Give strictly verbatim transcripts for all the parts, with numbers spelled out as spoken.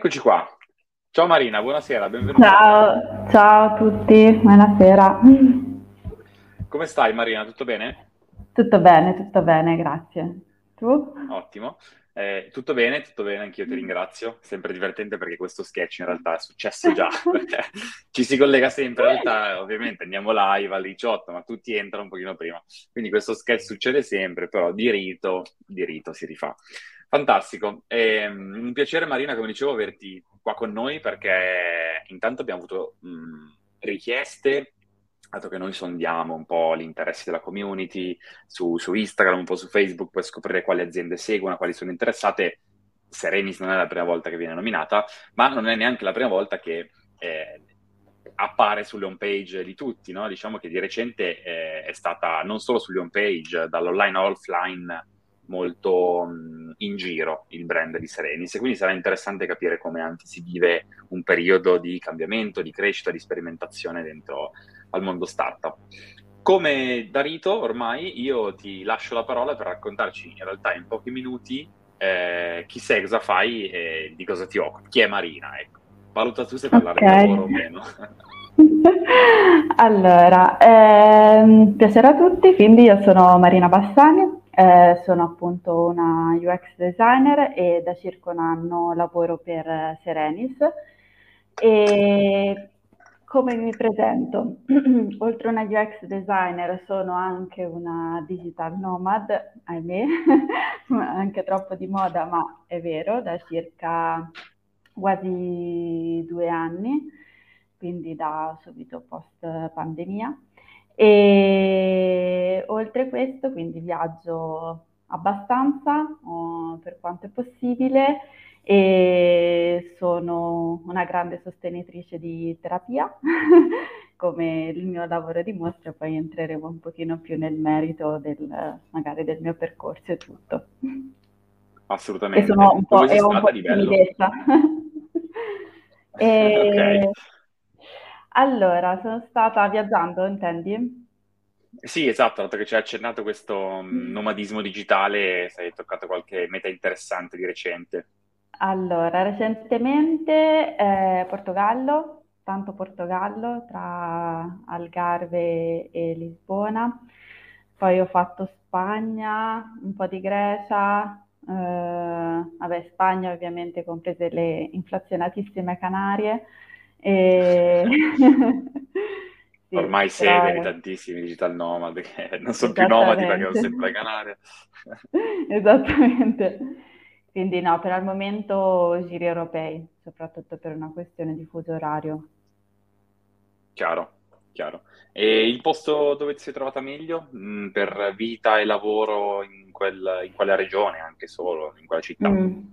Eccoci qua. Ciao Marina, buonasera, benvenuta. Ciao, ciao a tutti, buonasera. Come stai Marina? Tutto bene? Tutto bene, tutto bene, grazie. Tu? Ottimo. Eh, tutto bene, tutto bene, anch'io ti ringrazio. Sempre divertente perché questo sketch in realtà è successo già, perché ci si collega sempre. In realtà, ovviamente, andiamo live alle diciotto, ma tutti entrano un pochino prima. Quindi questo sketch succede sempre, però di rito, di rito si rifà. Fantastico. È un piacere, Marina, come dicevo, averti qua con noi perché intanto abbiamo avuto mh, richieste, dato che noi sondiamo un po' gli interessi della community su, su Instagram, un po' su Facebook, per scoprire quali aziende seguono, quali sono interessate. Serenis non è la prima volta che viene nominata, ma non è neanche la prima volta che eh, appare sulle home page di tutti, no? Diciamo che di recente eh, è stata non solo sulle home page, dall'online all'offline, molto mh, in giro il brand di Serenis, e quindi sarà interessante capire come anche si vive un periodo di cambiamento, di crescita, di sperimentazione dentro al mondo startup. Come da rito, ormai io ti lascio la parola per raccontarci in realtà in pochi minuti eh, chi sei, cosa fai e di cosa ti occupi. Chi è Marina? Ecco. Valuta tu se parlare Ok. di lavoro o meno. Allora, ehm, piacere a tutti, quindi io sono Marina Bassani, eh, sono appunto una U X designer e da circa un anno lavoro per eh, Serenis. E come mi presento? Oltre a una U X designer sono anche una digital nomad, ahimè, anche troppo di moda, ma è vero, da circa quasi due anni, quindi da subito post pandemia. E oltre a questo, quindi viaggio abbastanza, oh, per quanto è possibile, e sono una grande sostenitrice di terapia, come il mio lavoro dimostra, poi entreremo un pochino più nel merito del, magari del mio percorso e tutto. Che sono Assolutamente. un po', Dove sei ero un stata po' di bello? timidetta. Ok. E, allora, sono stata viaggiando, intendi? Sì, esatto, dato che ci hai accennato questo mm, nomadismo digitale, sei toccato qualche meta interessante di recente. Allora, recentemente eh, Portogallo, tanto Portogallo, tra Algarve e Lisbona. Poi ho fatto Spagna, un po' di Grecia, eh, vabbè, Spagna ovviamente, comprese le inflazionatissime Canarie. E... Sì, Ormai sede di però tantissimi digital nomad che non sono più nomadi perché sono esattamente. sempre a Canaria. Esattamente. Quindi no, per al momento giri europei, soprattutto per una questione di fuso orario. Chiaro, chiaro. E il posto dove ti sei trovata meglio, mh, per vita e lavoro in quel- in quella regione, anche solo, in quella città? Mm.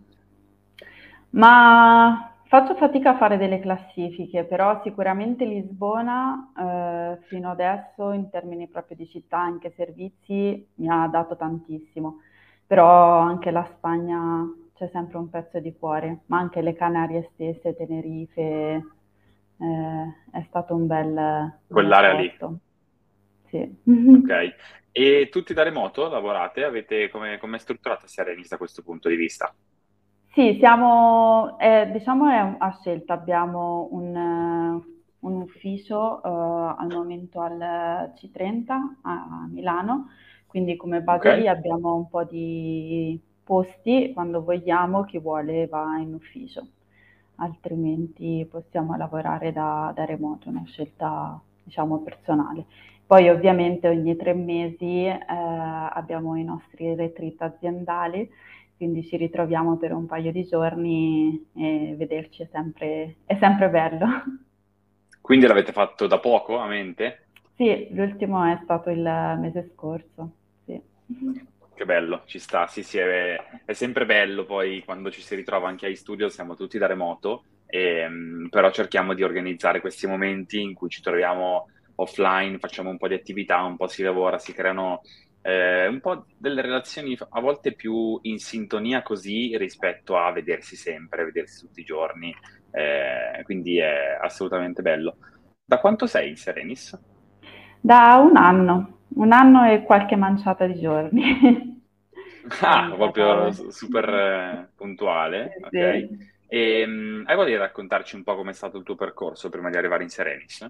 Ma faccio fatica a fare delle classifiche, però sicuramente Lisbona, eh, fino adesso, in termini proprio di città, anche servizi, mi ha dato tantissimo. Però anche la Spagna c'è sempre un pezzo di cuore, ma anche le Canarie stesse, Tenerife, eh, è stato un bel, un bel Quell'area lì, posto. Sì. ok? E tutti da remoto lavorate? Avete, come, come è strutturata Serenis da questo punto di vista? Sì, siamo, eh, diciamo è un- a scelta, abbiamo un, eh, un ufficio eh, al momento al C trenta a Milano, quindi come Ok? base lì abbiamo un po' di posti, quando vogliamo chi vuole va in ufficio, altrimenti possiamo lavorare da, da remoto, una scelta diciamo personale. Poi ovviamente ogni tre mesi eh, abbiamo i nostri retreat aziendali, quindi ci ritroviamo per un paio di giorni e vederci è sempre, è sempre bello. Quindi l'avete fatto da poco a mente? Sì, l'ultimo è stato il mese scorso. Sì. Che bello, ci sta. Sì, sì, è, è sempre bello poi quando ci si ritrova anche ai studio, siamo tutti da remoto, ehm, però cerchiamo di organizzare questi momenti in cui ci troviamo offline, facciamo un po' di attività, un po' si lavora, si creano eh, un po' delle relazioni a volte più in sintonia così rispetto a vedersi sempre, vedersi tutti i giorni, eh, quindi è assolutamente bello. Da quanto sei in Serenis? Da un anno, un anno e qualche manciata di giorni. Ho Ah, iniziato... proprio su- super eh, Sì, puntuale, ok. sì. E, mh, hai voglia di raccontarci un po' com'è stato il tuo percorso prima di arrivare in Serenis?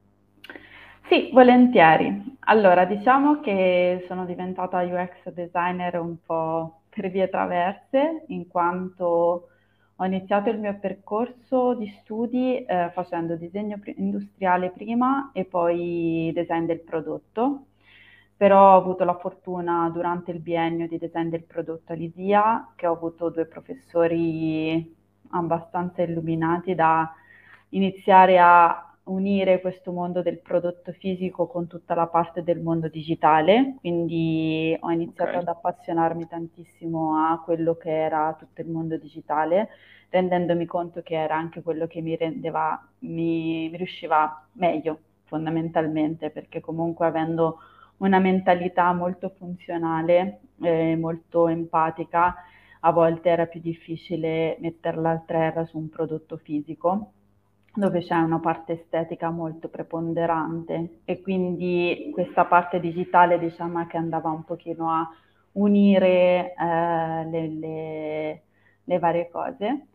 Sì, volentieri. Allora, diciamo che sono diventata U X designer un po' per vie traverse, in quanto ho iniziato il mio percorso di studi eh, facendo disegno pri- industriale prima e poi design del prodotto. Però ho avuto la fortuna durante il biennio di design del prodotto a Lisia, che ho avuto due professori abbastanza illuminati da iniziare a unire questo mondo del prodotto fisico con tutta la parte del mondo digitale, quindi ho Ok, iniziato ad appassionarmi tantissimo a quello che era tutto il mondo digitale, rendendomi conto che era anche quello che mi rendeva, mi, mi riusciva meglio fondamentalmente, perché comunque avendo una mentalità molto funzionale, eh, molto empatica, a volte era più difficile metterla al terra su un prodotto fisico dove c'è una parte estetica molto preponderante e quindi questa parte digitale diciamo che andava un pochino a unire eh, le, le, le varie cose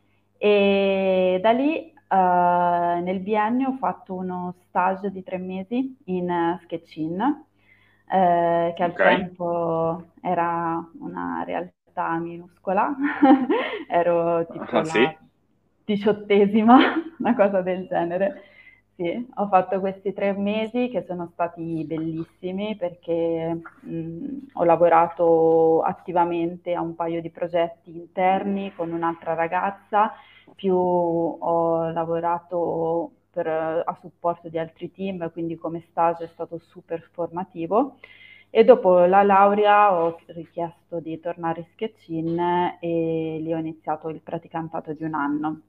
e da lì eh, nel biennio ho fatto uno stage di tre mesi in uh, Sketchin eh, che al ok. tempo era una realtà minuscola, ero tipo Ah, la sì? diciottesima, una cosa del genere. Sì, ho fatto questi tre mesi che sono stati bellissimi perché mh, ho lavorato attivamente a un paio di progetti interni con un'altra ragazza, più ho lavorato per, a supporto di altri team, quindi come stage è stato super formativo. E dopo la laurea ho richiesto di tornare in Sketchin e lì ho iniziato il praticantato di un anno.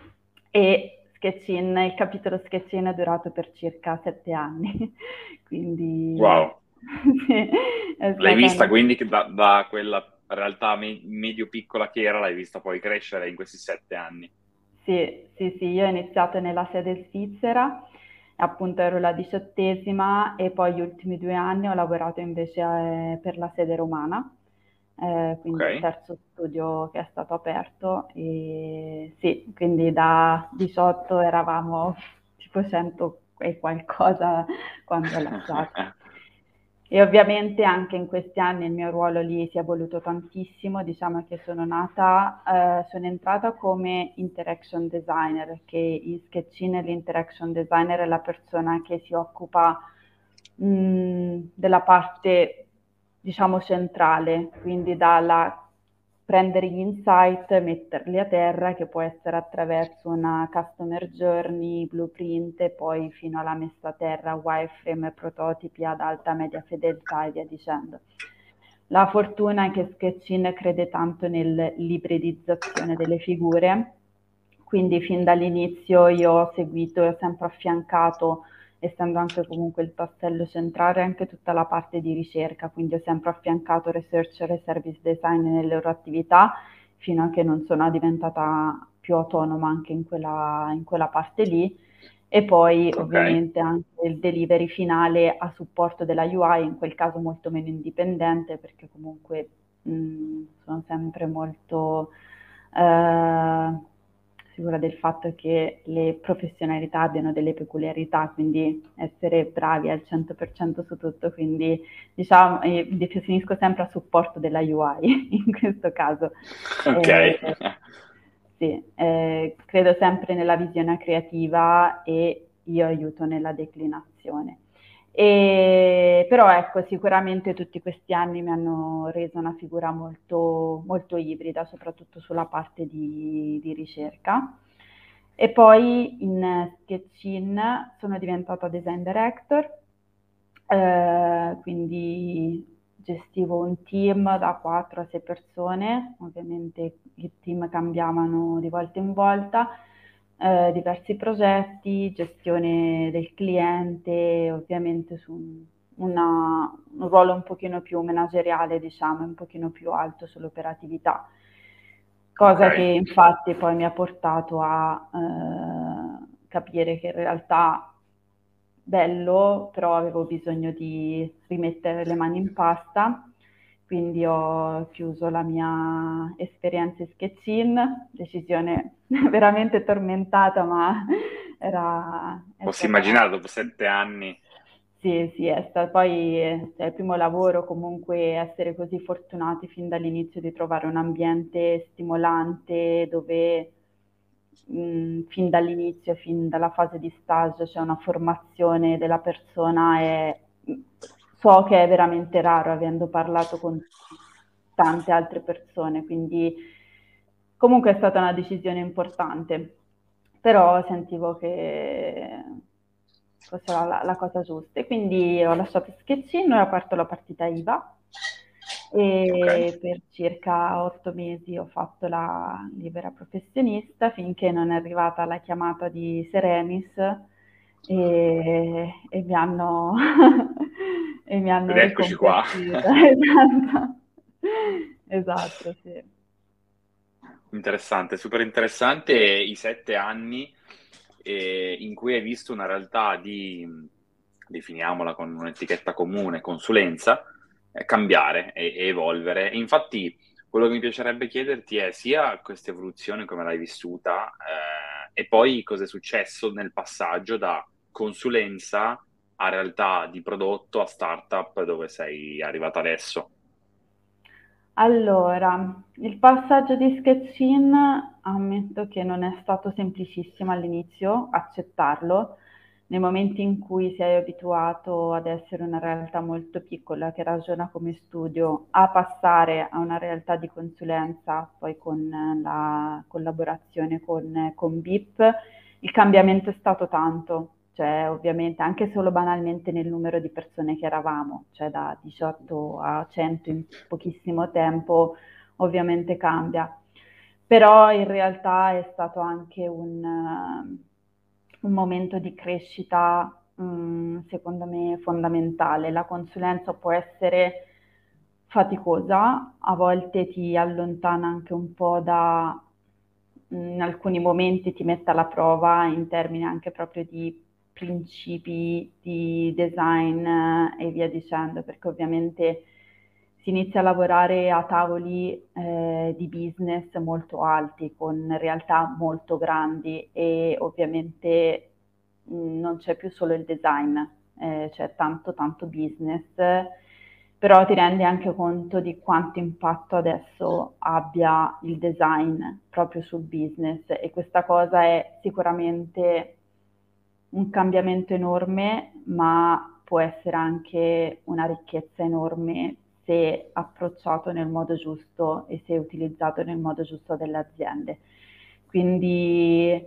E Sketchin, il capitolo Sketchin è durato per circa sette anni, quindi Wow. sì, è L'hai stata vista una... quindi che da, da quella realtà me- medio-piccola che era, l'hai vista poi crescere in questi sette anni. Sì, sì, sì, io ho iniziato nella sede svizzera, appunto ero la diciottesima e poi gli ultimi due anni ho lavorato invece eh, per la sede romana, eh, Ok? quindi il terzo studio che è stato aperto e sì, quindi da diciotto eravamo tipo cento e qualcosa quando ho lasciato. E ovviamente anche in questi anni il mio ruolo lì si è evoluto tantissimo, diciamo che sono nata, eh, sono entrata come interaction designer, che in Sketchin l'interaction designer è la persona che si occupa mh, della parte, diciamo, centrale, quindi dalla prendere gli insight, metterli a terra, che può essere attraverso una customer journey, blueprint, e poi fino alla messa a terra, wireframe, prototipi ad alta media fedeltà e via dicendo. La fortuna è che Sketchin crede tanto nell'ibridizzazione delle figure, quindi fin dall'inizio io ho seguito e ho sempre affiancato, essendo anche comunque il tassello centrale, anche tutta la parte di ricerca, quindi ho sempre affiancato researcher e service design nelle loro attività, fino a che non sono diventata più autonoma anche in quella, in quella parte lì. E poi Ok. ovviamente anche il delivery finale a supporto della U I, in quel caso molto meno indipendente, perché comunque mh, sono sempre molto eh, sicura del fatto che le professionalità abbiano delle peculiarità, quindi essere bravi al cento per cento su tutto, quindi diciamo, eh, definisco sempre a supporto della U I in questo caso. Ok. Eh, sì, eh, credo sempre nella visione creativa e io aiuto nella declinazione. E, però ecco, sicuramente tutti questi anni mi hanno reso una figura molto, molto ibrida, soprattutto sulla parte di, di ricerca. E poi in Sketchin sono diventata design director, eh, quindi gestivo un team da quattro a sei persone, ovviamente i team cambiavano di volta in volta, eh, diversi progetti, gestione del cliente, ovviamente su una, un ruolo un pochino più manageriale, diciamo, un pochino più alto sull'operatività, Ok. cosa che infatti poi mi ha portato a eh, capire che in realtà bello, però avevo bisogno di rimettere le mani in pasta, quindi ho chiuso la mia esperienza in Sketch-in, decisione veramente tormentata, ma era, è Posso stata immaginare dopo sette anni. sì, sì, è stato poi eh, cioè, il primo lavoro, comunque essere così fortunati fin dall'inizio di trovare un ambiente stimolante dove mh, fin dall'inizio, fin dalla fase di stage c'è una formazione della persona e mh, so che è veramente raro avendo parlato con tante altre persone, quindi comunque è stata una decisione importante, però sentivo che fosse la, la cosa giusta. E quindi ho lasciato Sketching e ho aperto la partita I V A Ok. e per circa otto mesi ho fatto la libera professionista finché non è arrivata la chiamata di Serenis e, e mi hanno, e mi Ed hanno eccoci qua. riconvertita. Esatto, esatto, sì. Interessante, super interessante i sette anni eh, in cui hai visto una realtà di, definiamola con un'etichetta comune, consulenza, eh, cambiare e, e evolvere. E infatti quello che mi piacerebbe chiederti è sia questa evoluzione come l'hai vissuta eh, e poi cosa è successo nel passaggio da consulenza a realtà di prodotto a startup dove sei arrivata adesso. Allora, il passaggio di Sketch-in ammetto che non è stato semplicissimo all'inizio accettarlo, nei momenti in cui sei abituato ad essere una realtà molto piccola che ragiona come studio, a passare a una realtà di consulenza, poi con la collaborazione con, con B I P, il cambiamento è stato tanto, cioè ovviamente anche solo banalmente nel numero di persone che eravamo, cioè da diciotto a cento in pochissimo tempo, ovviamente cambia. Però in realtà è stato anche un, uh, un momento di crescita, um, secondo me, fondamentale. La consulenza può essere faticosa, a volte ti allontana anche un po' da, in alcuni momenti ti mette alla prova in termini anche proprio di principi di design eh, e via dicendo, perché ovviamente si inizia a lavorare a tavoli eh, di business molto alti, con realtà molto grandi e ovviamente mh, non c'è più solo il design, eh, c'è tanto tanto business, però ti rendi anche conto di quanto impatto adesso abbia il design proprio sul business e questa cosa è sicuramente un cambiamento enorme, ma può essere anche una ricchezza enorme se approcciato nel modo giusto e se utilizzato nel modo giusto dalle aziende. Quindi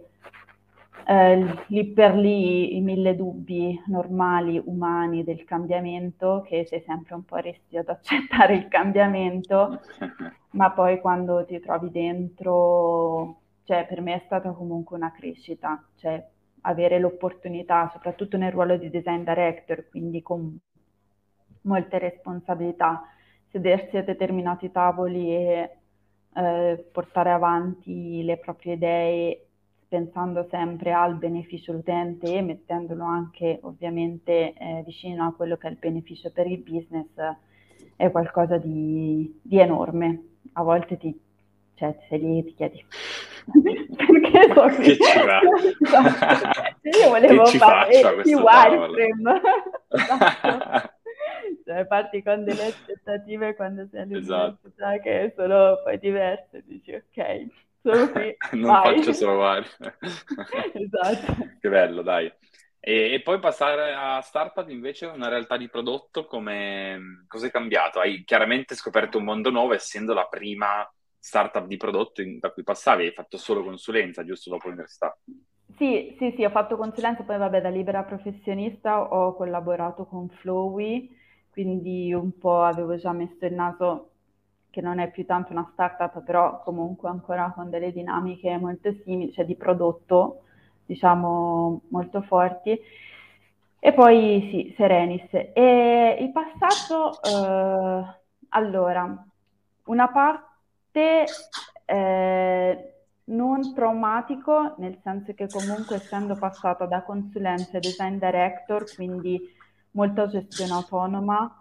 eh, lì per lì i mille dubbi normali, umani del cambiamento, che sei sempre un po' restio ad accettare il cambiamento, ma poi quando ti trovi dentro, cioè per me è stata comunque una crescita, cioè avere l'opportunità, soprattutto nel ruolo di design director, quindi con molte responsabilità, sedersi a determinati tavoli e eh, portare avanti le proprie idee pensando sempre al beneficio utente e mettendolo anche ovviamente eh, vicino a quello che è il beneficio per il business, è qualcosa di, di enorme. A volte ti, cioè, sei lì e ti chiedi perché Ma sono qui? che ci va? Esatto. Io Che volevo ci faccio a fare i questo tavolo? wireframe. Esatto. Cioè, parti con delle aspettative quando sei Esatto. all'università che sono poi diverse, dici ok, sono qui, Non faccio vai. solo guardia. Esatto. Che bello, dai. E, e poi passare a startup invece è una realtà di prodotto, come cosa è cambiato? Hai chiaramente scoperto un mondo nuovo, essendo la prima startup di prodotto in- da cui passavi, hai fatto solo consulenza, giusto dopo l'università. Sì, sì, sì, ho fatto consulenza, poi vabbè, da libera professionista ho collaborato con Flowy, quindi un po' avevo già messo il naso, che non è più tanto una startup, però comunque ancora con delle dinamiche molto simili, cioè di prodotto, diciamo, molto forti. E poi sì, Serenis. E il passaggio, eh, allora, una parte eh, non traumatico, nel senso che comunque essendo passata da consulenza e design director, quindi molta gestione autonoma,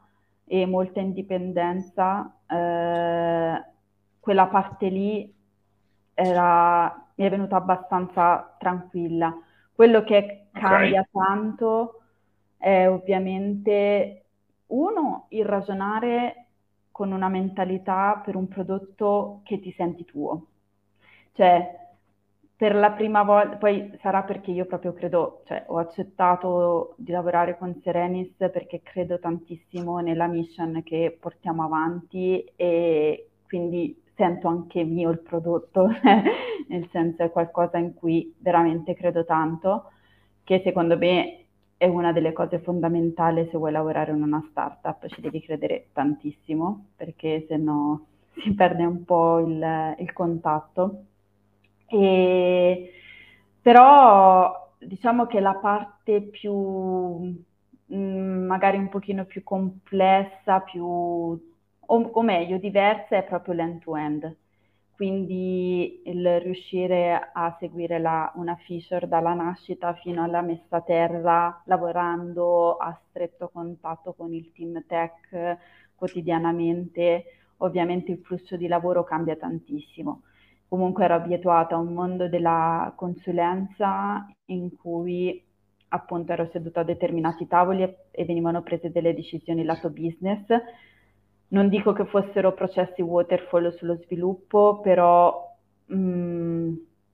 e molta indipendenza, eh, quella parte lì era, mi è venuta abbastanza tranquilla. Quello che Ok, cambia tanto è ovviamente, uno, il ragionare con una mentalità per un prodotto che ti senti tuo. Cioè, per la prima volta, poi sarà perché io proprio credo, cioè ho accettato di lavorare con Serenis perché credo tantissimo nella mission che portiamo avanti e quindi sento anche mio il prodotto, nel senso è qualcosa in cui veramente credo tanto, che secondo me è una delle cose fondamentali se vuoi lavorare in una startup, ci devi credere tantissimo perché se no si perde un po' il, il contatto. E, però diciamo che la parte più, mh, magari un pochino più complessa, più, o, o meglio, diversa è proprio l'end-to-end. Quindi il riuscire a seguire la, una feature dalla nascita fino alla messa a terra, lavorando a stretto contatto con il team tech quotidianamente, ovviamente il flusso di lavoro cambia tantissimo. Comunque ero abituata a un mondo della consulenza in cui appunto ero seduta a determinati tavoli e, e venivano prese delle decisioni lato business. Non dico che fossero processi waterfall sullo sviluppo, però mh,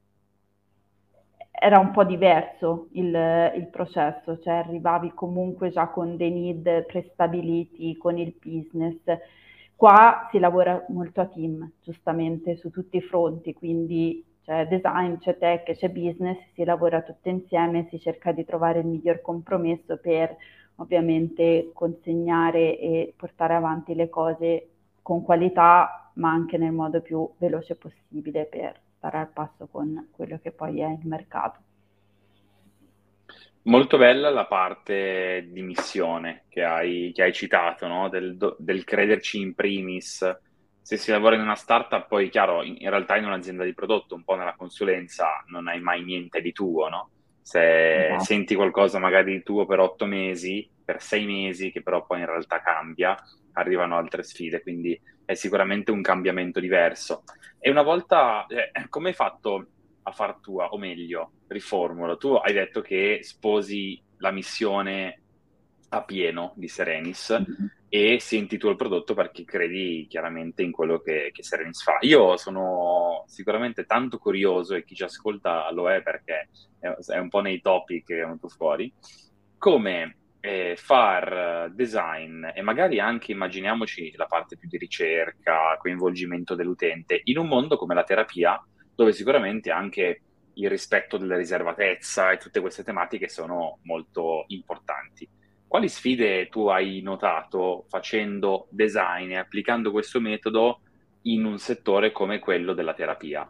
era un po' diverso il, il processo, cioè arrivavi comunque già con dei need prestabiliti, con il business. Qua si lavora molto a team, giustamente, su tutti i fronti, quindi c'è design, c'è tech, c'è business, si lavora tutti insieme, si cerca di trovare il miglior compromesso per ovviamente consegnare e portare avanti le cose con qualità, ma anche nel modo più veloce possibile per stare al passo con quello che poi è il mercato. molto bella la parte di missione che hai, che hai citato, no? Del, do- del crederci in primis. Se si lavora in una startup, poi chiaro, in, in realtà in un'azienda di prodotto, un po' nella consulenza, non hai mai niente di tuo, no? Se Esatto. senti qualcosa magari di tuo per otto mesi, per sei mesi, che però poi in realtà cambia, arrivano altre sfide, quindi è sicuramente un cambiamento diverso. E una volta, eh, come hai fatto a far tua, o meglio, riformulo, tu hai detto che sposi la missione a pieno di Serenis Mhm. e senti tu il prodotto perché credi chiaramente in quello che, che Serenis fa. Io sono sicuramente tanto curioso e chi ci ascolta lo è perché è, è un po' nei topic che è venuto fuori, come eh, far design e magari anche immaginiamoci la parte più di ricerca, coinvolgimento dell'utente in un mondo come la terapia, dove sicuramente anche il rispetto della riservatezza e tutte queste tematiche sono molto importanti. Quali sfide tu hai notato facendo design e applicando questo metodo in un settore come quello della terapia?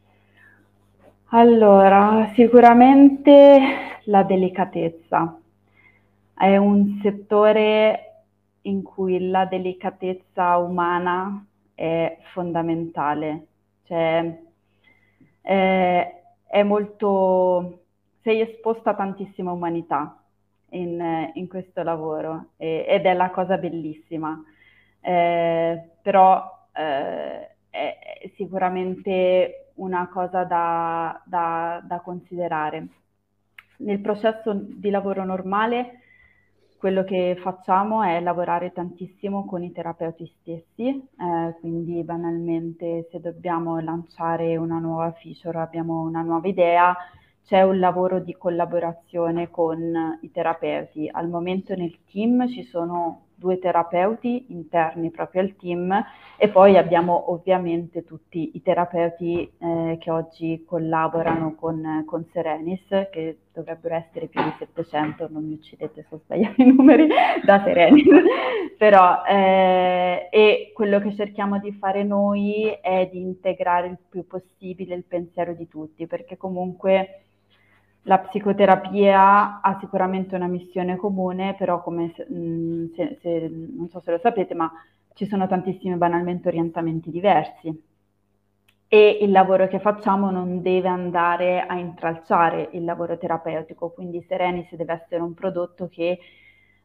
Allora, sicuramente la delicatezza. È un settore in cui la delicatezza umana è fondamentale, cioè eh, è molto, sei esposta a tantissima umanità in, in questo lavoro e- ed è la cosa bellissima. Eh, però eh, è, è sicuramente una cosa da, da- da considerare. Nel processo di lavoro normale, quello che facciamo è lavorare tantissimo con i terapeuti stessi, eh, quindi banalmente se dobbiamo lanciare una nuova feature, abbiamo una nuova idea, c'è un lavoro di collaborazione con i terapeuti. Al momento nel team ci sono due terapeuti interni proprio al team e poi abbiamo ovviamente tutti i terapeuti eh, che oggi collaborano con, con Serenis, che dovrebbero essere più di settecento, non mi uccidete se ho sbagliato i numeri, da Serenis. Però eh, e quello che cerchiamo di fare noi è di integrare il più possibile il pensiero di tutti, perché comunque la psicoterapia ha sicuramente una missione comune, però come se, mh, se, se, non so se lo sapete, ma ci sono tantissimi banalmente orientamenti diversi e il lavoro che facciamo non deve andare a intralciare il lavoro terapeutico, quindi Serenis deve essere un prodotto che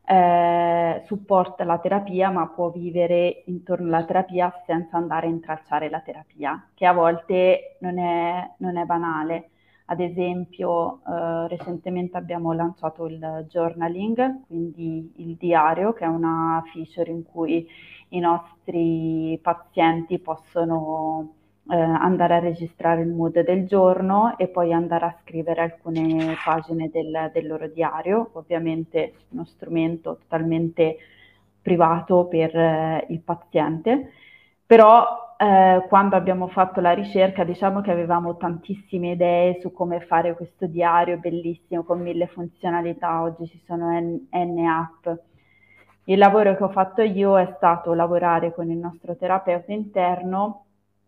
eh, supporta la terapia, ma può vivere intorno alla terapia senza andare a intralciare la terapia, che a volte non è, non è banale. Ad esempio, eh, recentemente abbiamo lanciato il journaling, quindi il diario, che è una feature in cui i nostri pazienti possono eh, andare a registrare il mood del giorno e poi andare a scrivere alcune pagine del, del loro diario, ovviamente uno strumento totalmente privato per eh, il paziente, però eh, quando abbiamo fatto la ricerca diciamo che avevamo tantissime idee su come fare questo diario bellissimo con mille funzionalità, oggi ci sono N, N app. Il lavoro che ho fatto io è stato lavorare con il nostro terapeuta interno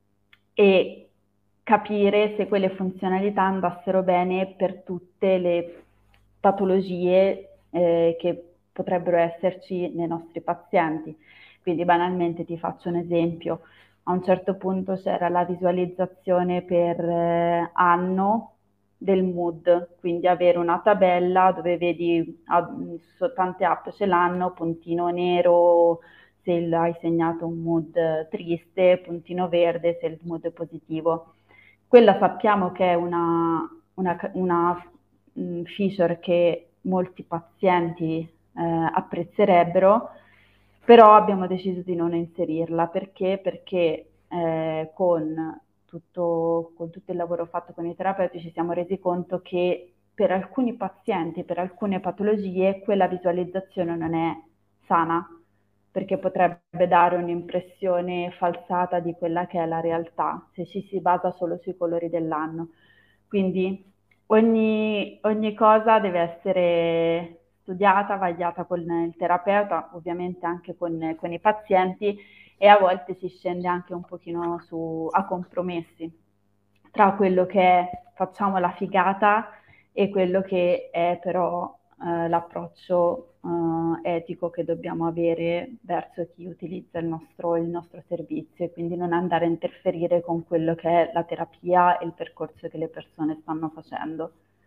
e capire se quelle funzionalità andassero bene per tutte le patologie eh, che potrebbero esserci nei nostri pazienti. Quindi banalmente ti faccio un esempio, a un certo punto c'era la visualizzazione per eh, anno del mood, quindi avere una tabella dove vedi ah, su tante app ce l'hanno, puntino nero se il- hai segnato un mood triste, puntino verde se il mood è positivo. Quella sappiamo che è una, una, una mh, feature che molti pazienti eh, apprezzerebbero, però abbiamo deciso di non inserirla. Perché? Perché eh, con tutto, con tutto il lavoro fatto con i terapeuti ci siamo resi conto che per alcuni pazienti, per alcune patologie, quella visualizzazione non è sana, perché potrebbe dare un'impressione falsata di quella che è la realtà, se ci si basa solo sui colori dell'anno. Quindi ogni, ogni cosa deve essere studiata, vagliata con il terapeuta, ovviamente anche con, con i pazienti, e a volte si scende anche un pochino su, a compromessi tra quello che è facciamo la figata e quello che è però eh, l'approccio eh, etico che dobbiamo avere verso chi utilizza il nostro, il nostro servizio, e quindi non andare a interferire con quello che è la terapia e il percorso che le persone stanno facendo.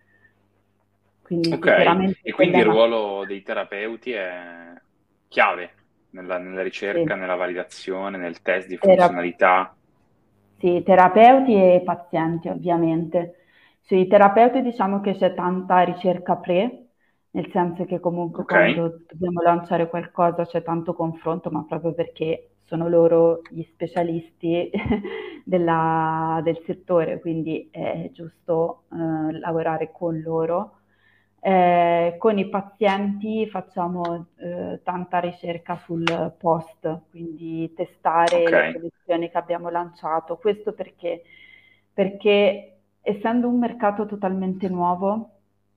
Quindi Ok, sicuramente e quella quindi è il una... ruolo dei terapeuti è chiave nella, nella Sì. ricerca, nella validazione, nel test di Tera- funzionalità. Sì, terapeuti e pazienti ovviamente. Sui terapeuti diciamo che c'è tanta ricerca pre, nel senso che comunque Ok, quando dobbiamo lanciare qualcosa c'è tanto confronto, ma proprio perché sono loro gli specialisti della- del settore, quindi è giusto eh, lavorare con loro. Eh, con i pazienti facciamo eh, tanta ricerca sul post, quindi testare ok, le soluzioni che abbiamo lanciato. Questo perché? Perché essendo un mercato totalmente nuovo,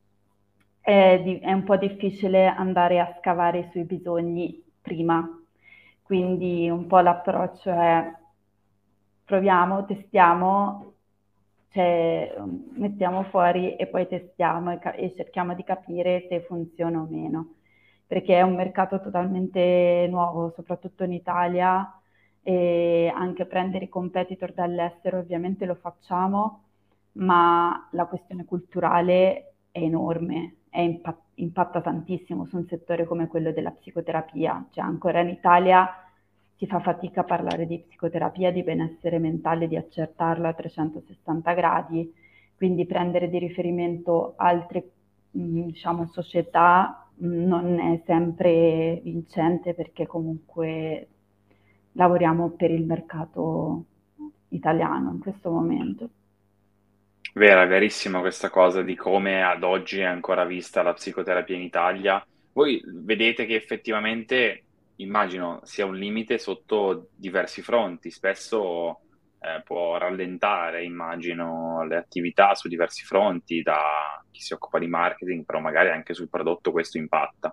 è, di- è un po' difficile andare a scavare sui bisogni prima. Quindi un po' l'approccio è proviamo, testiamo, cioè, mettiamo fuori e poi testiamo e, ca- e cerchiamo di capire se funziona o meno, perché è un mercato totalmente nuovo, soprattutto in Italia, e anche prendere i competitor dall'estero ovviamente lo facciamo, ma la questione culturale è enorme, è impa- impatta tantissimo su un settore come quello della psicoterapia, cioè ancora in Italia si fa fatica a parlare di psicoterapia, di benessere mentale, di accertarla a trecentosessanta gradi, quindi prendere di riferimento altre mh, diciamo, società mh, non è sempre vincente, perché comunque lavoriamo per il mercato italiano in questo momento. vera, verissima questa cosa di come ad oggi è ancora vista la psicoterapia in Italia. Voi vedete che effettivamente, immagino, sia un limite sotto diversi fronti, spesso eh, può rallentare, immagino, le attività su diversi fronti, da chi si occupa di marketing, però magari anche sul prodotto questo impatta.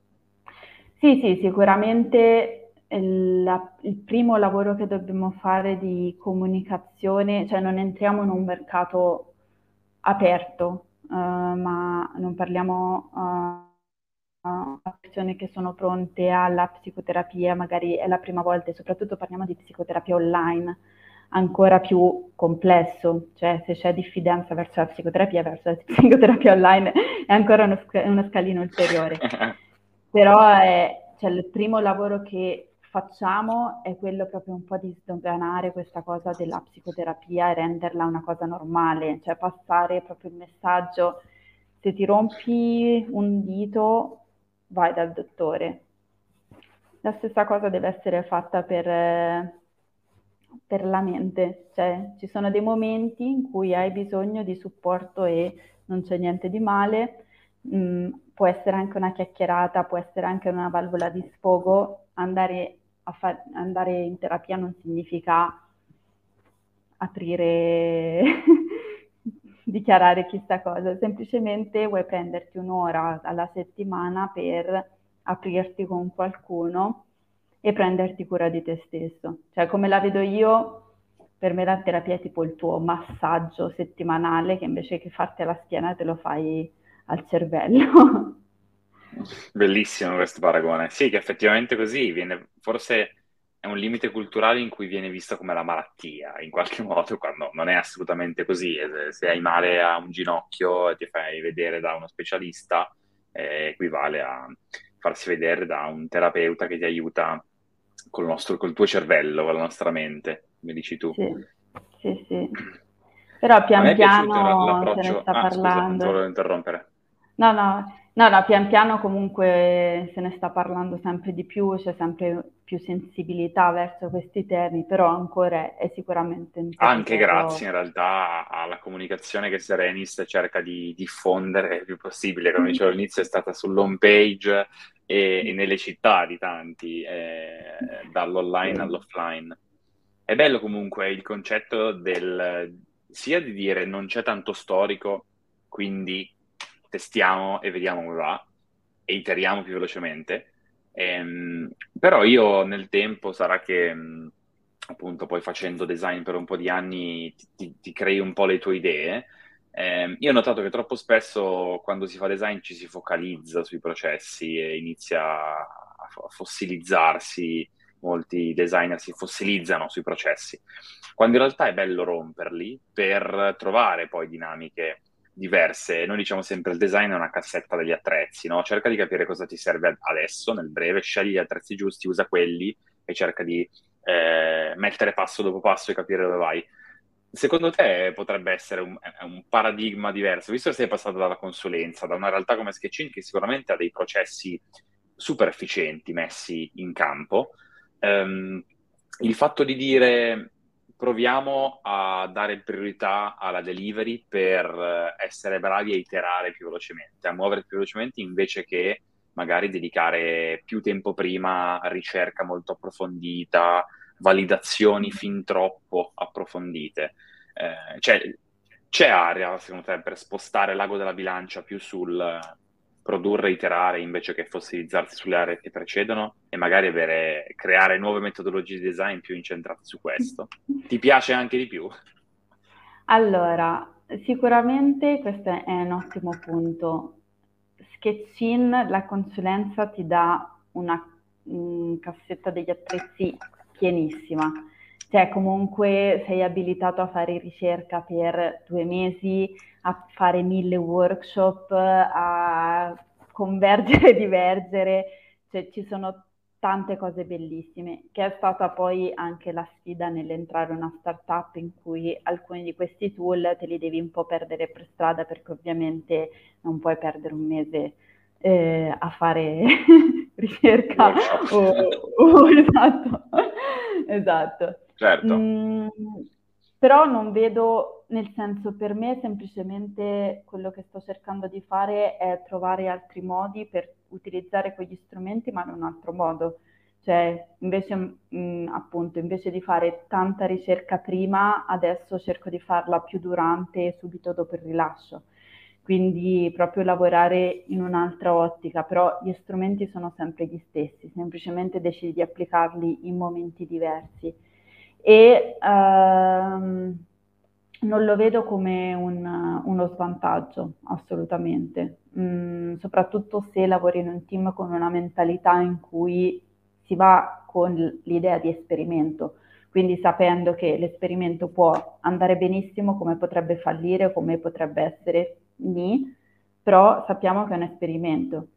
Sì, sì, sicuramente il, la- il primo lavoro che dobbiamo fare di comunicazione, cioè non entriamo in un mercato aperto, eh, ma non parliamo eh, a persone che sono pronte alla psicoterapia, magari è la prima volta, e soprattutto parliamo di psicoterapia online, ancora più complesso, cioè se c'è diffidenza verso la psicoterapia, verso la psicoterapia online è ancora uno, sca- uno scalino ulteriore. Però è, cioè, il primo lavoro che facciamo è quello proprio un po' di sdoganare questa cosa della psicoterapia e renderla una cosa normale, cioè passare proprio il messaggio: se ti rompi un dito vai dal dottore. La stessa cosa deve essere fatta per, eh, per la mente, cioè ci sono dei momenti in cui hai bisogno di supporto e non c'è niente di male. Mm, può essere anche una chiacchierata, può essere anche una valvola di sfogo. Andare, a fa- andare in terapia non significa aprire, dichiarare chissà cosa, semplicemente vuoi prenderti un'ora alla settimana per aprirti con qualcuno e prenderti cura di te stesso. Cioè, come la vedo io, per me la terapia è tipo il tuo massaggio settimanale che invece che farti alla schiena te lo fai al cervello. Bellissimo questo paragone. Sì, che effettivamente così viene, forse è un limite culturale in cui viene vista come la malattia, in qualche modo, quando non è assolutamente così. E Se hai male a un ginocchio e ti fai vedere da uno specialista, eh, equivale a farsi vedere da un terapeuta che ti aiuta col nostro, col tuo cervello, con la nostra mente, come dici tu. Sì, sì, sì. Però A me pian è piaciuto piano se ne l'approccio. sta Ah, scusa, non ti parlando. volevo interrompere. No, no, no, no, pian piano comunque se ne sta parlando sempre di più, c'è sempre più sensibilità verso questi temi, però ancora è sicuramente un Anche territorio. grazie in realtà alla comunicazione che Serenis cerca di diffondere il più possibile, come dicevo all'inizio, è stata sull'home page e, e nelle città di tanti, eh, dall'online all'offline. È bello comunque il concetto del sia di dire non c'è tanto storico, quindi testiamo e vediamo come va e iteriamo più velocemente. Ehm, però io nel tempo sarà che mh, appunto poi facendo design per un po' di anni ti, ti- ti crei un po' le tue idee. Ehm, io ho notato che troppo spesso quando si fa design ci si focalizza sui processi e inizia a a fossilizzarsi, molti designer si fossilizzano sui processi, quando in realtà è bello romperli per trovare poi dinamiche diverse. Noi diciamo sempre il design è una cassetta degli attrezzi, no? Cerca di capire cosa ti serve adesso, nel breve, scegli gli attrezzi giusti, usa quelli e cerca di eh, mettere passo dopo passo e capire dove vai. Secondo te potrebbe essere un, un paradigma diverso, visto che sei passato dalla consulenza, da una realtà come Sketchin che sicuramente ha dei processi super efficienti messi in campo, ehm, il fatto di dire proviamo a dare priorità alla delivery per eh, essere bravi a iterare più velocemente, a muovere più velocemente invece che magari dedicare più tempo prima a ricerca molto approfondita, validazioni fin troppo approfondite. Eh, cioè, c'è area, secondo te, per spostare l'ago della bilancia più sul produrre, iterare invece che fossilizzarsi sulle aree che precedono e magari avere, creare nuove metodologie di design più incentrate su questo? Ti piace anche di più? Allora, sicuramente questo è un ottimo punto. Sketchin, la consulenza ti dà una mm, cassetta degli attrezzi pienissima, cioè comunque sei abilitato a fare ricerca per due mesi, a fare mille workshop, a convergere e divergere, cioè ci sono tante cose bellissime, che è stata poi anche la sfida nell'entrare in una startup in cui alcuni di questi tool te li devi un po' perdere per strada perché ovviamente non puoi perdere un mese eh, a fare ricerca Workshop. o, o esatto, esatto. Certo. Mm, però non vedo, nel senso, per me semplicemente quello che sto cercando di fare è trovare altri modi per utilizzare quegli strumenti, ma in un altro modo. Cioè, invece, mh, appunto, invece di fare tanta ricerca prima, adesso cerco di farla più durante e subito dopo il rilascio. Quindi proprio lavorare in un'altra ottica, però gli strumenti sono sempre gli stessi, semplicemente decidi di applicarli in momenti diversi e ehm, non lo vedo come un- uno svantaggio, assolutamente. Mm, soprattutto se lavori in un team con una mentalità in cui si va con l'idea di esperimento, quindi sapendo che l'esperimento può andare benissimo, come potrebbe fallire, come potrebbe essere ni, però sappiamo che è un esperimento.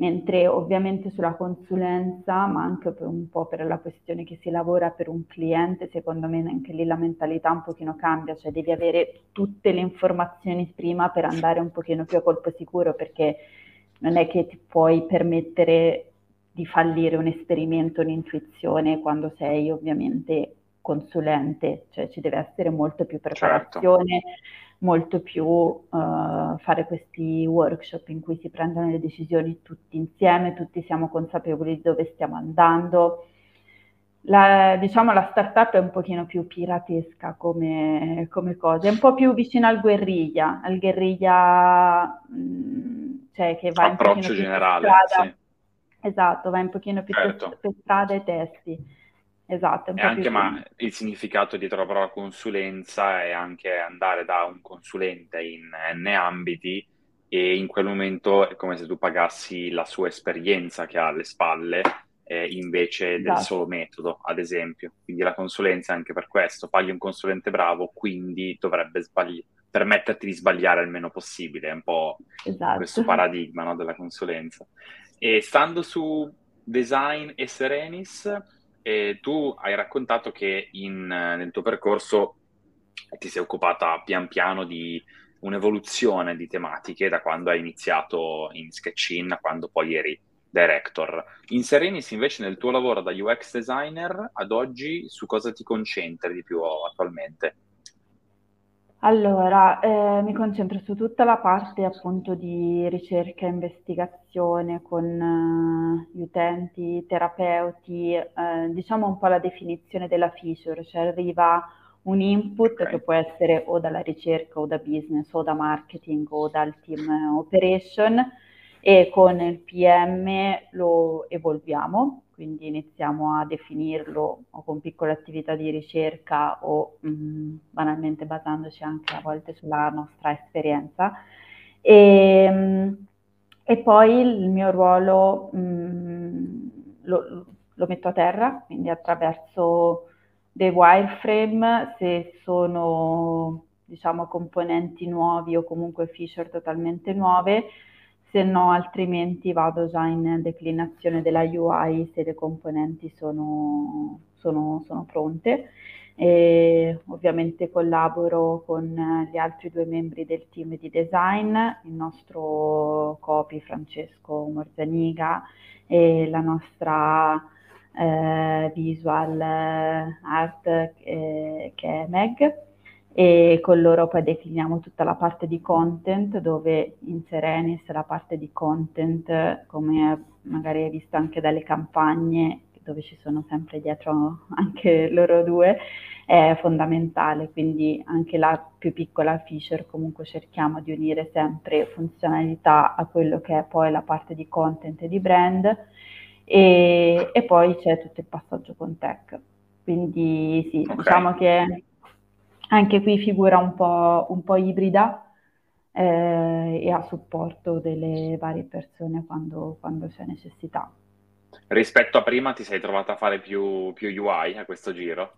mentre ovviamente sulla consulenza, ma anche per un po' per la questione che si lavora per un cliente, secondo me anche lì la mentalità un pochino cambia, cioè devi avere tutte le informazioni prima per andare un pochino più a colpo sicuro, perché non è che ti puoi permettere di fallire un esperimento, un'intuizione quando sei ovviamente consulente, cioè ci deve essere molto più certo. preparazione, molto più uh, fare questi workshop in cui si prendono le decisioni tutti insieme, tutti siamo consapevoli di dove stiamo andando. La, diciamo la startup è un pochino più piratesca come, come cosa, è un po' più vicina al guerriglia, al guerriglia mh, cioè che vai un pochino Approccio più per generale, strada, sì, esatto, vai un pochino più per, certo. per strada e testi, esatto, è un E po' più anche, ma quello. il significato dietro la parola consulenza è anche andare da un consulente in N ambiti e in quel momento è come se tu pagassi la sua esperienza che ha alle spalle, eh, invece del Esatto, solo metodo, ad esempio. Quindi la consulenza è anche per questo, paghi un consulente bravo, quindi dovrebbe sbagli- permetterti di sbagliare il meno possibile, è un po' esatto. questo paradigma, no, della consulenza. E stando su design e Serenis, e tu hai raccontato che in, nel tuo percorso ti sei occupata pian piano di un'evoluzione di tematiche da quando hai iniziato in Sketchin a quando poi eri director. In Serenis invece nel tuo lavoro da U X designer ad oggi su cosa ti concentri di più attualmente? Allora, eh, mi concentro su tutta la parte appunto di ricerca e investigazione con eh, gli utenti, i terapeuti, eh, diciamo un po' la definizione della feature, cioè arriva un input che Ok, può essere o dalla ricerca o da business o da marketing o dal team operation e con il P M lo evolviamo, quindi iniziamo a definirlo o con piccole attività di ricerca o mh, banalmente basandoci anche a volte sulla nostra esperienza. E, mh, e poi il mio ruolo mh, lo, lo metto a terra, quindi attraverso dei wireframe, se sono diciamo componenti nuovi o comunque feature totalmente nuove, se no altrimenti vado già in declinazione della U I se le componenti sono, sono, sono pronte. E ovviamente collaboro con gli altri due membri del team di design, il nostro copy Francesco Morzaniga e la nostra eh, visual art eh, che è Meg e con loro poi definiamo tutta la parte di content dove in Serenis la parte di content, come magari hai visto anche dalle campagne dove ci sono sempre dietro anche loro due, è fondamentale, quindi anche la più piccola feature comunque cerchiamo di unire sempre funzionalità a quello che è poi la parte di content e di brand e, e poi c'è tutto il passaggio con tech. Quindi sì, ok. diciamo che anche qui figura un po', un po' ibrida eh, e a supporto delle varie persone quando, quando c'è necessità. Rispetto a prima ti sei trovata a fare più, più U I a questo giro?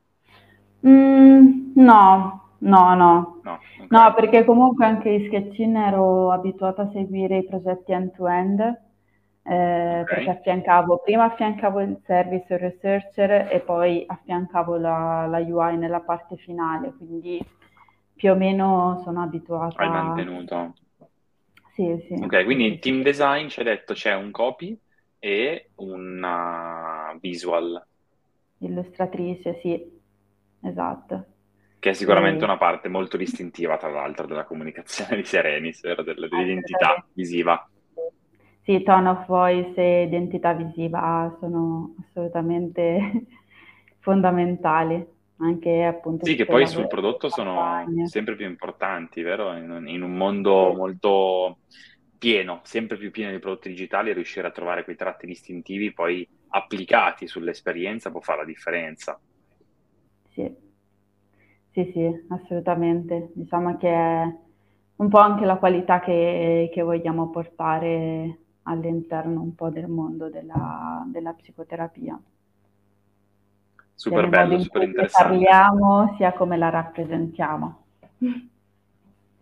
Mm, no, no, no. No, ok. No, perché comunque anche in Sketchin ero abituata a seguire i progetti end-to-end, eh, perché Ok. affiancavo, prima affiancavo il service il researcher e poi affiancavo la, la U I nella parte finale, quindi più o meno sono Hai abituata. mantenuto. Sì, sì, Ok, sì, quindi sì, in sì. team design ci hai detto c'è un copy e una visual, Illustratrice, sì, esatto. che è sicuramente E una parte molto distintiva, tra l'altro, della comunicazione di Serenis, vero? Del- Dell'identità assolutamente. visiva. Sì, tone of voice e identità visiva sono assolutamente fondamentali, anche appunto Sì, che tutto il poi sul lavoro delle prodotto sono campagne. sempre più importanti, vero? In, in un mondo Sì, molto pieno, sempre più pieno di prodotti digitali, riuscire a trovare quei tratti distintivi poi applicati sull'esperienza può fare la differenza. sì, sì, sì, assolutamente. Diciamo che è un po' anche la qualità che, che vogliamo portare all'interno un po' del mondo della, della psicoterapia, sia Super nel modo bello, in super cui ne interessante. parliamo, sia come la rappresentiamo.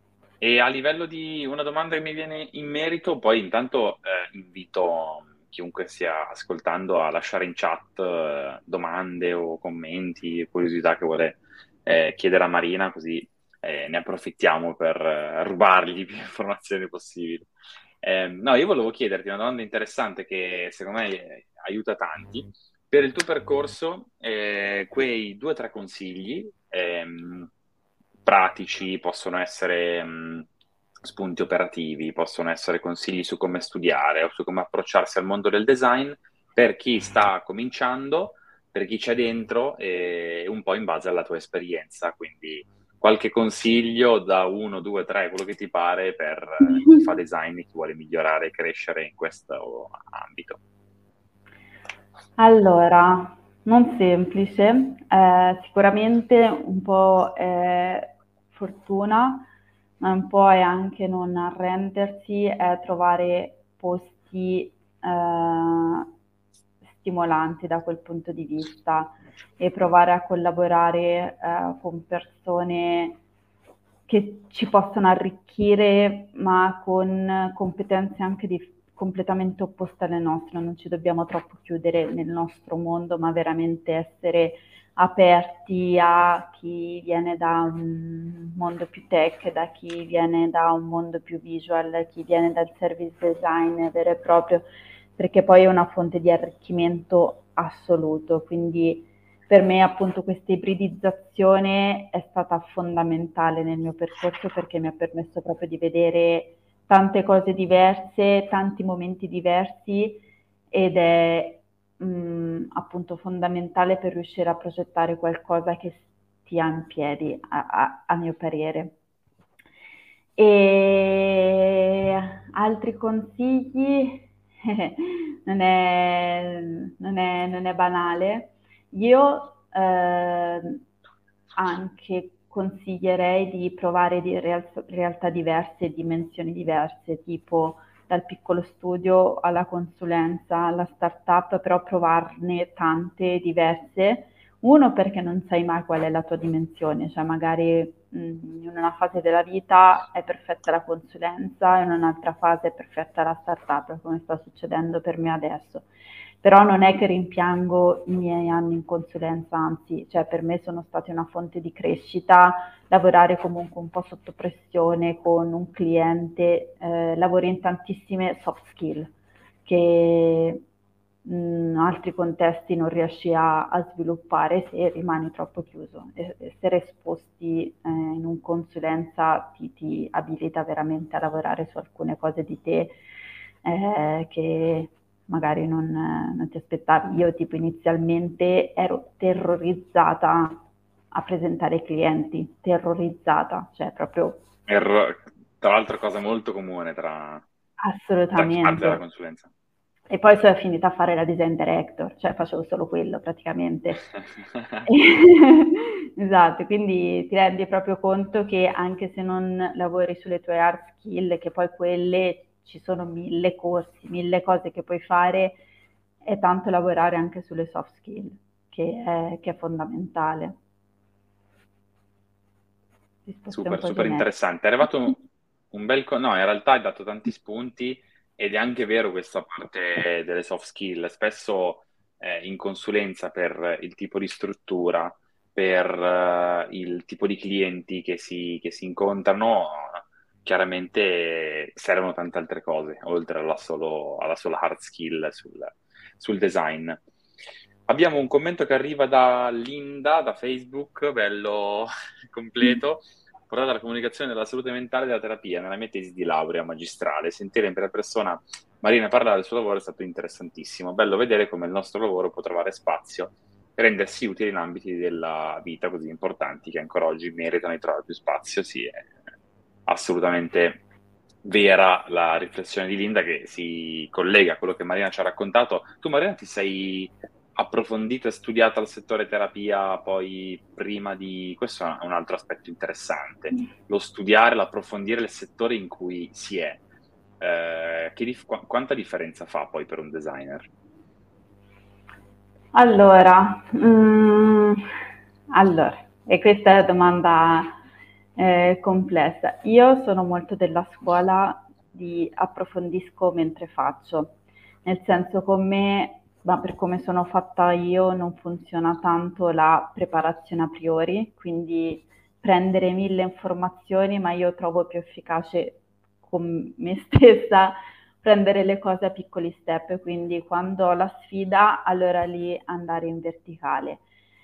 E a livello di una domanda che mi viene in merito, poi intanto eh, invito chiunque stia ascoltando a lasciare in chat eh, domande o commenti, curiosità che vuole eh, chiedere a Marina, così eh, ne approfittiamo per eh, rubargli più informazioni possibili. Eh, no, io volevo chiederti una domanda interessante che secondo me eh, aiuta tanti. Per il tuo percorso, eh, quei due o tre consigli ehm, pratici possono essere mh, spunti operativi, possono essere consigli su come studiare o su come approcciarsi al mondo del design per chi sta cominciando, per chi c'è dentro e un po' in base alla tua esperienza. Quindi qualche consiglio da uno, due, tre, quello che ti pare per eh, chi fa design e chi vuole migliorare e crescere in questo ambito. Allora, non semplice, eh, sicuramente un po' è fortuna, ma un po' è anche non arrendersi, è trovare posti eh, stimolanti da quel punto di vista e provare a collaborare eh, con persone che ci possono arricchire, ma con competenze anche di, completamente opposte alle nostre. Non ci dobbiamo troppo chiudere nel nostro mondo, ma veramente essere aperti a chi viene da un mondo più tech, da chi viene da un mondo più visual, chi viene dal service design vero e proprio, perché poi è una fonte di arricchimento assoluto. Quindi per me appunto questa ibridizzazione è stata fondamentale nel mio percorso perché mi ha permesso proprio di vedere tante cose diverse, tanti momenti diversi ed è mh, appunto fondamentale per riuscire a progettare qualcosa che stia in piedi, a, a, a mio parere. E altri consigli? non, è, non, è, non è banale. Io eh, anche consiglierei di provare di real- realtà diverse, dimensioni diverse, tipo dal piccolo studio alla consulenza, alla startup, però provarne tante diverse. Uno, perché non sai mai qual è la tua dimensione, cioè magari mh, in una fase della vita è perfetta la consulenza, in un'altra fase è perfetta la startup, come sta succedendo per me adesso. Però non è che rimpiango i miei anni in consulenza, anzi, cioè per me sono stati una fonte di crescita, lavorare comunque un po' sotto pressione con un cliente, eh, lavori in tantissime soft skill che in altri contesti non riesci a, a sviluppare se rimani troppo chiuso. E, essere esposti eh, in un consulenza ti, ti abilita veramente a lavorare su alcune cose di te eh, che magari non, non ti aspettavi. Io tipo inizialmente ero terrorizzata a presentare ai clienti, terrorizzata, cioè proprio Er- tra l'altro cosa molto comune tra, tra chi parte dalla assolutamente. consulenza. E poi sono finita a fare la design director, cioè facevo solo quello praticamente. Esatto, quindi ti rendi proprio conto che anche se non lavori sulle tue hard skill, che poi quelle ci sono mille corsi, mille cose che puoi fare, è tanto lavorare anche sulle soft skill, che è, che è fondamentale. Risposte un Super, po' super generiche. interessante. È arrivato un, un bel... co- no, in realtà hai dato tanti spunti ed è anche vero questa parte delle soft skill. Spesso eh, in consulenza per il tipo di struttura, per eh, il tipo di clienti che si, che si incontrano, chiaramente servono tante altre cose, oltre alla, solo, alla sola hard skill sul, sul design. Abbiamo un commento che arriva da Linda, da Facebook, bello completo. Portata alla comunicazione della salute mentale e della terapia nella mia tesi di laurea magistrale. Sentire in prima persona Marina parlare del suo lavoro è stato interessantissimo. Bello vedere come il nostro lavoro può trovare spazio e rendersi utile in ambiti della vita così importanti che ancora oggi meritano di trovare più spazio. Sì, è assolutamente vera la riflessione di Linda che si collega a quello che Marina ci ha raccontato. Tu, Marina, ti sei approfondita e studiata il settore terapia poi prima di... Questo è un altro aspetto interessante, lo studiare, l'approfondire il settore in cui si è. Eh, che dif- qu- quanta differenza fa poi per un designer? Allora, mm, allora, e questa è la domanda È complessa. Io sono molto della scuola di approfondisco mentre faccio, nel senso con me, ma per come sono fatta io, non funziona tanto la preparazione a priori, quindi prendere mille informazioni, ma io trovo più efficace con me stessa prendere le cose a piccoli step, quindi quando ho la sfida, allora lì andare in verticale.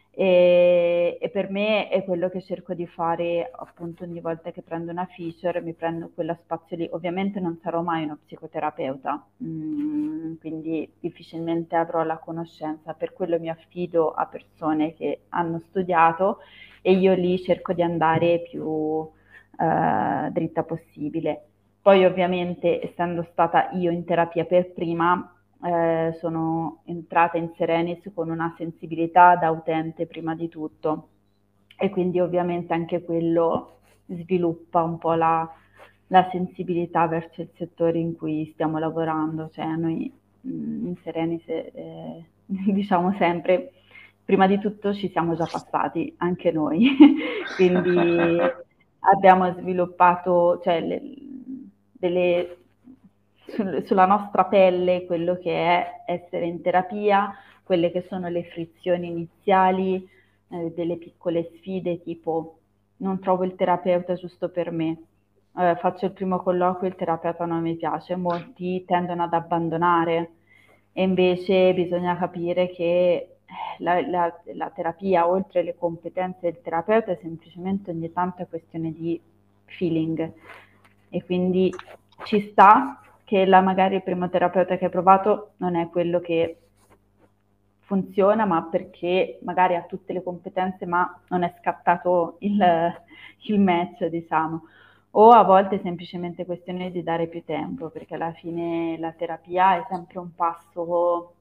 E, e per me è quello che cerco di fare appunto ogni volta che prendo una feature, mi prendo quello spazio lì. Ovviamente non sarò mai uno psicoterapeuta, mm, quindi difficilmente avrò la conoscenza, per quello mi affido a persone che hanno studiato e io lì cerco di andare più eh, dritta possibile. Poi ovviamente, essendo stata io in terapia per prima, eh, sono entrata in Serenis con una sensibilità da utente prima di tutto e quindi ovviamente anche quello sviluppa un po' la, la sensibilità verso il settore in cui stiamo lavorando. Cioè noi mh, in Serenis eh, diciamo sempre, prima di tutto ci siamo già passati anche noi, quindi abbiamo sviluppato, cioè, le, delle, sul, sulla nostra pelle quello che è essere in terapia, quelle che sono le frizioni iniziali, eh, delle piccole sfide tipo non trovo il terapeuta giusto per me, eh, faccio il primo colloquio, il terapeuta non mi piace, molti tendono ad abbandonare e invece bisogna capire che la, la, la terapia, oltre le competenze del terapeuta, è semplicemente ogni tanto è questione di feeling e quindi ci sta che la, magari il primo terapeuta che hai provato non è quello che funziona, ma perché magari ha tutte le competenze ma non è scattato il, il match, diciamo. O a volte è semplicemente questione di dare più tempo, perché alla fine la terapia è sempre un passo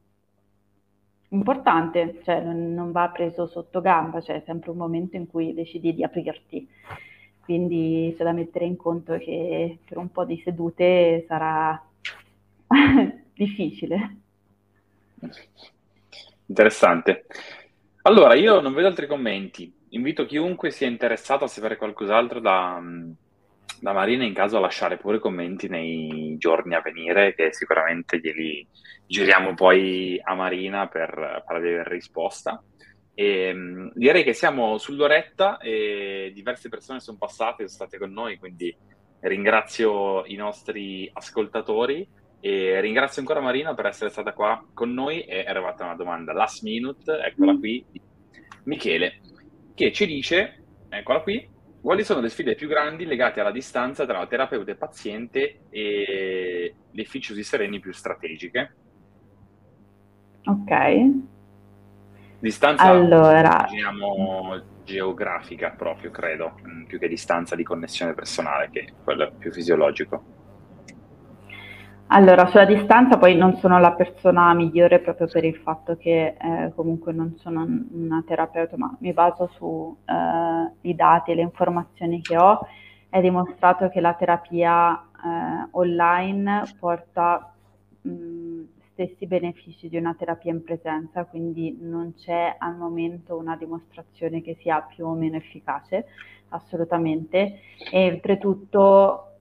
importante, cioè non, non va preso sotto gamba, cioè è sempre un momento in cui decidi di aprirti. Quindi c'è da mettere in conto che per un po' di sedute sarà difficile. Interessante. Allora, io non vedo altri commenti. Invito chiunque sia interessato a sapere qualcos'altro da, da Marina in caso a lasciare pure commenti nei giorni a venire, che sicuramente glieli giriamo poi a Marina per, per avere risposta. E, mh, direi che siamo sull'oretta e diverse persone sono passate, sono state con noi, quindi ringrazio i nostri ascoltatori. E ringrazio ancora Marina per essere stata qua con noi e è arrivata una domanda last minute, eccola qui, di Michele, che ci dice, eccola qui, quali sono le sfide più grandi legate alla distanza tra terapeuta e paziente e le features sereni più strategiche? Ok, Distanza, allora, immaginiamo geografica proprio, credo, mm, più che distanza di connessione personale, che è quello più fisiologico. allora, sulla distanza poi non sono la persona migliore proprio per il fatto che eh, comunque non sono un- una terapeuta, ma mi baso sui dati e le informazioni che ho. È dimostrato che la terapia eh, online porta mh, stessi benefici di una terapia in presenza, quindi non c'è al momento una dimostrazione che sia più o meno efficace, assolutamente. E oltretutto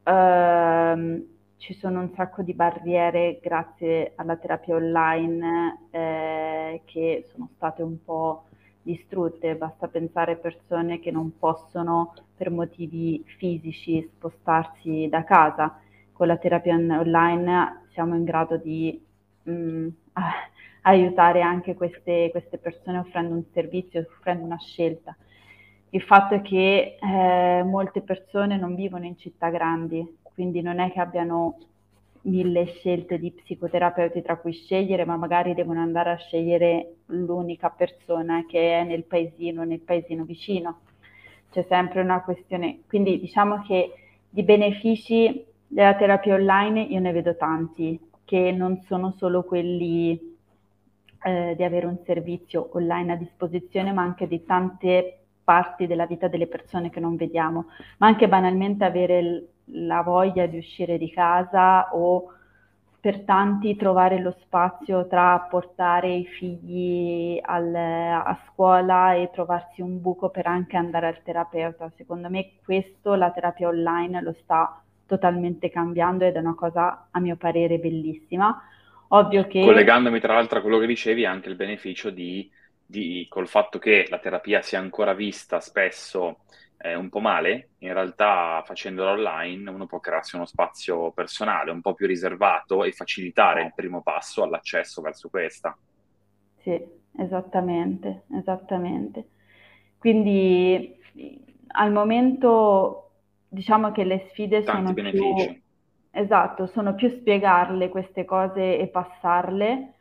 ehm, ci sono un sacco di barriere grazie alla terapia online eh, che sono state un po' distrutte. Basta pensare a persone che non possono per motivi fisici spostarsi da casa. Con la terapia online siamo in grado di mh, aiutare anche queste, queste persone offrendo un servizio, offrendo una scelta. Il fatto è che eh, molte persone non vivono in città grandi, quindi non è che abbiano mille scelte di psicoterapeuti tra cui scegliere, ma magari devono andare a scegliere l'unica persona che è nel paesino, nel paesino vicino. C'è sempre una questione. Quindi diciamo che di benefici della terapia online io ne vedo tanti, che non sono solo quelli eh, di avere un servizio online a disposizione, ma anche di tante parti della vita delle persone che non vediamo, ma anche banalmente avere l- la voglia di uscire di casa o per tanti trovare lo spazio tra portare i figli al- a scuola e trovarsi un buco per anche andare al terapeuta. Secondo me questo la terapia online lo sta totalmente cambiando ed è una cosa, a mio parere, bellissima. Ovvio che Collegandomi tra l'altro a quello che dicevi, anche il beneficio di, di- col fatto che la terapia sia ancora vista spesso eh, un po' male, in realtà facendola online uno può crearsi uno spazio personale un po' più riservato e facilitare il primo passo all'accesso verso questa. sì, esattamente, esattamente. Quindi al momento diciamo che le sfide Tanti sono più, benefici. esatto, sono più spiegarle queste cose e passarle,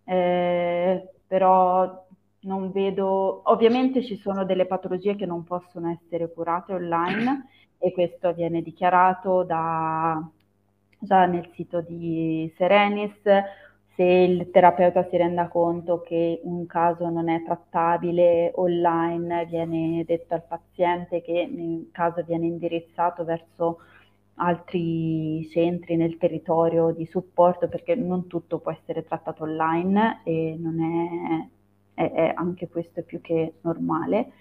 eh, però non vedo, ovviamente ci sono delle patologie che non possono essere curate online e questo viene dichiarato da, già nel sito di Serenis. Se il terapeuta si renda conto che un caso non è trattabile online, viene detto al paziente che nel caso viene indirizzato verso altri centri nel territorio di supporto, perché non tutto può essere trattato online e non è, è, è anche questo è più che normale.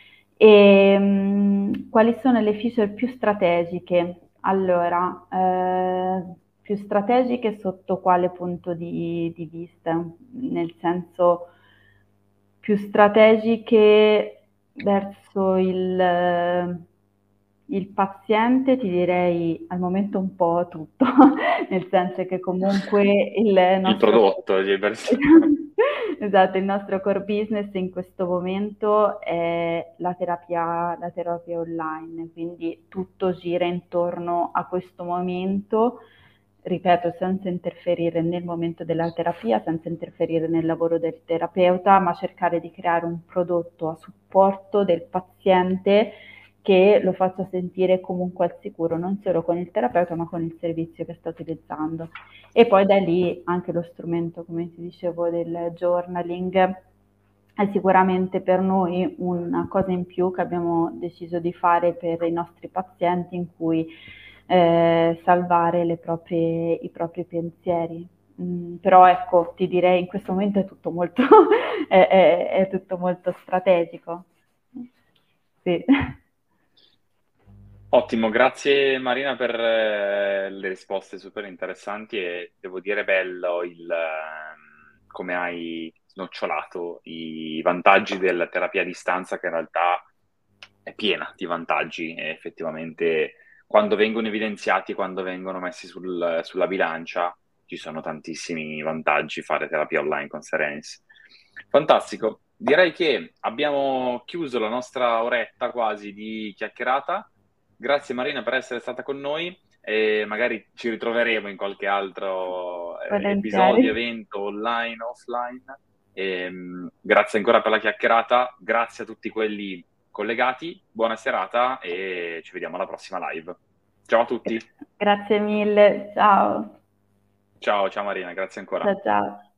E, mh, quali sono le feature più strategiche? Allora, eh, più strategiche sotto quale punto di, di vista? Nel senso, più strategiche verso il, eh, il paziente, ti direi al momento un po' tutto, nel senso che comunque il Il nostro prodotto di per sé. esatto, il nostro core business in questo momento è la terapia, la terapia online, quindi tutto gira intorno a questo momento, ripeto, senza interferire nel momento della terapia, senza interferire nel lavoro del terapeuta, ma cercare di creare un prodotto a supporto del paziente che lo faccia sentire comunque al sicuro, non solo con il terapeuta, ma con il servizio che sta utilizzando. E poi da lì anche lo strumento, come ti dicevo, del journaling è sicuramente per noi una cosa in più che abbiamo deciso di fare per i nostri pazienti, in cui eh, salvare le proprie, i propri pensieri. Mm, però ecco, ti direi in questo momento è tutto molto, è, è- è tutto molto strategico. Sì. Ottimo, grazie Marina per eh, le risposte super interessanti e devo dire bello il, ehm, come hai snocciolato i vantaggi della terapia a distanza che in realtà è piena di vantaggi e effettivamente quando vengono evidenziati, quando vengono messi sul- sulla bilancia ci sono tantissimi vantaggi fare terapia online con Serenis. Fantastico, direi che abbiamo chiuso la nostra oretta quasi di chiacchierata. Grazie Marina per essere stata con noi e magari ci ritroveremo in qualche altro eh, episodio, Volentieri. evento online, offline. Ehm, grazie ancora per la chiacchierata, grazie a tutti quelli collegati, buona serata e ci vediamo alla prossima live. Ciao a tutti, Grazie mille, ciao. ciao, ciao Marina, grazie ancora. Ciao ciao.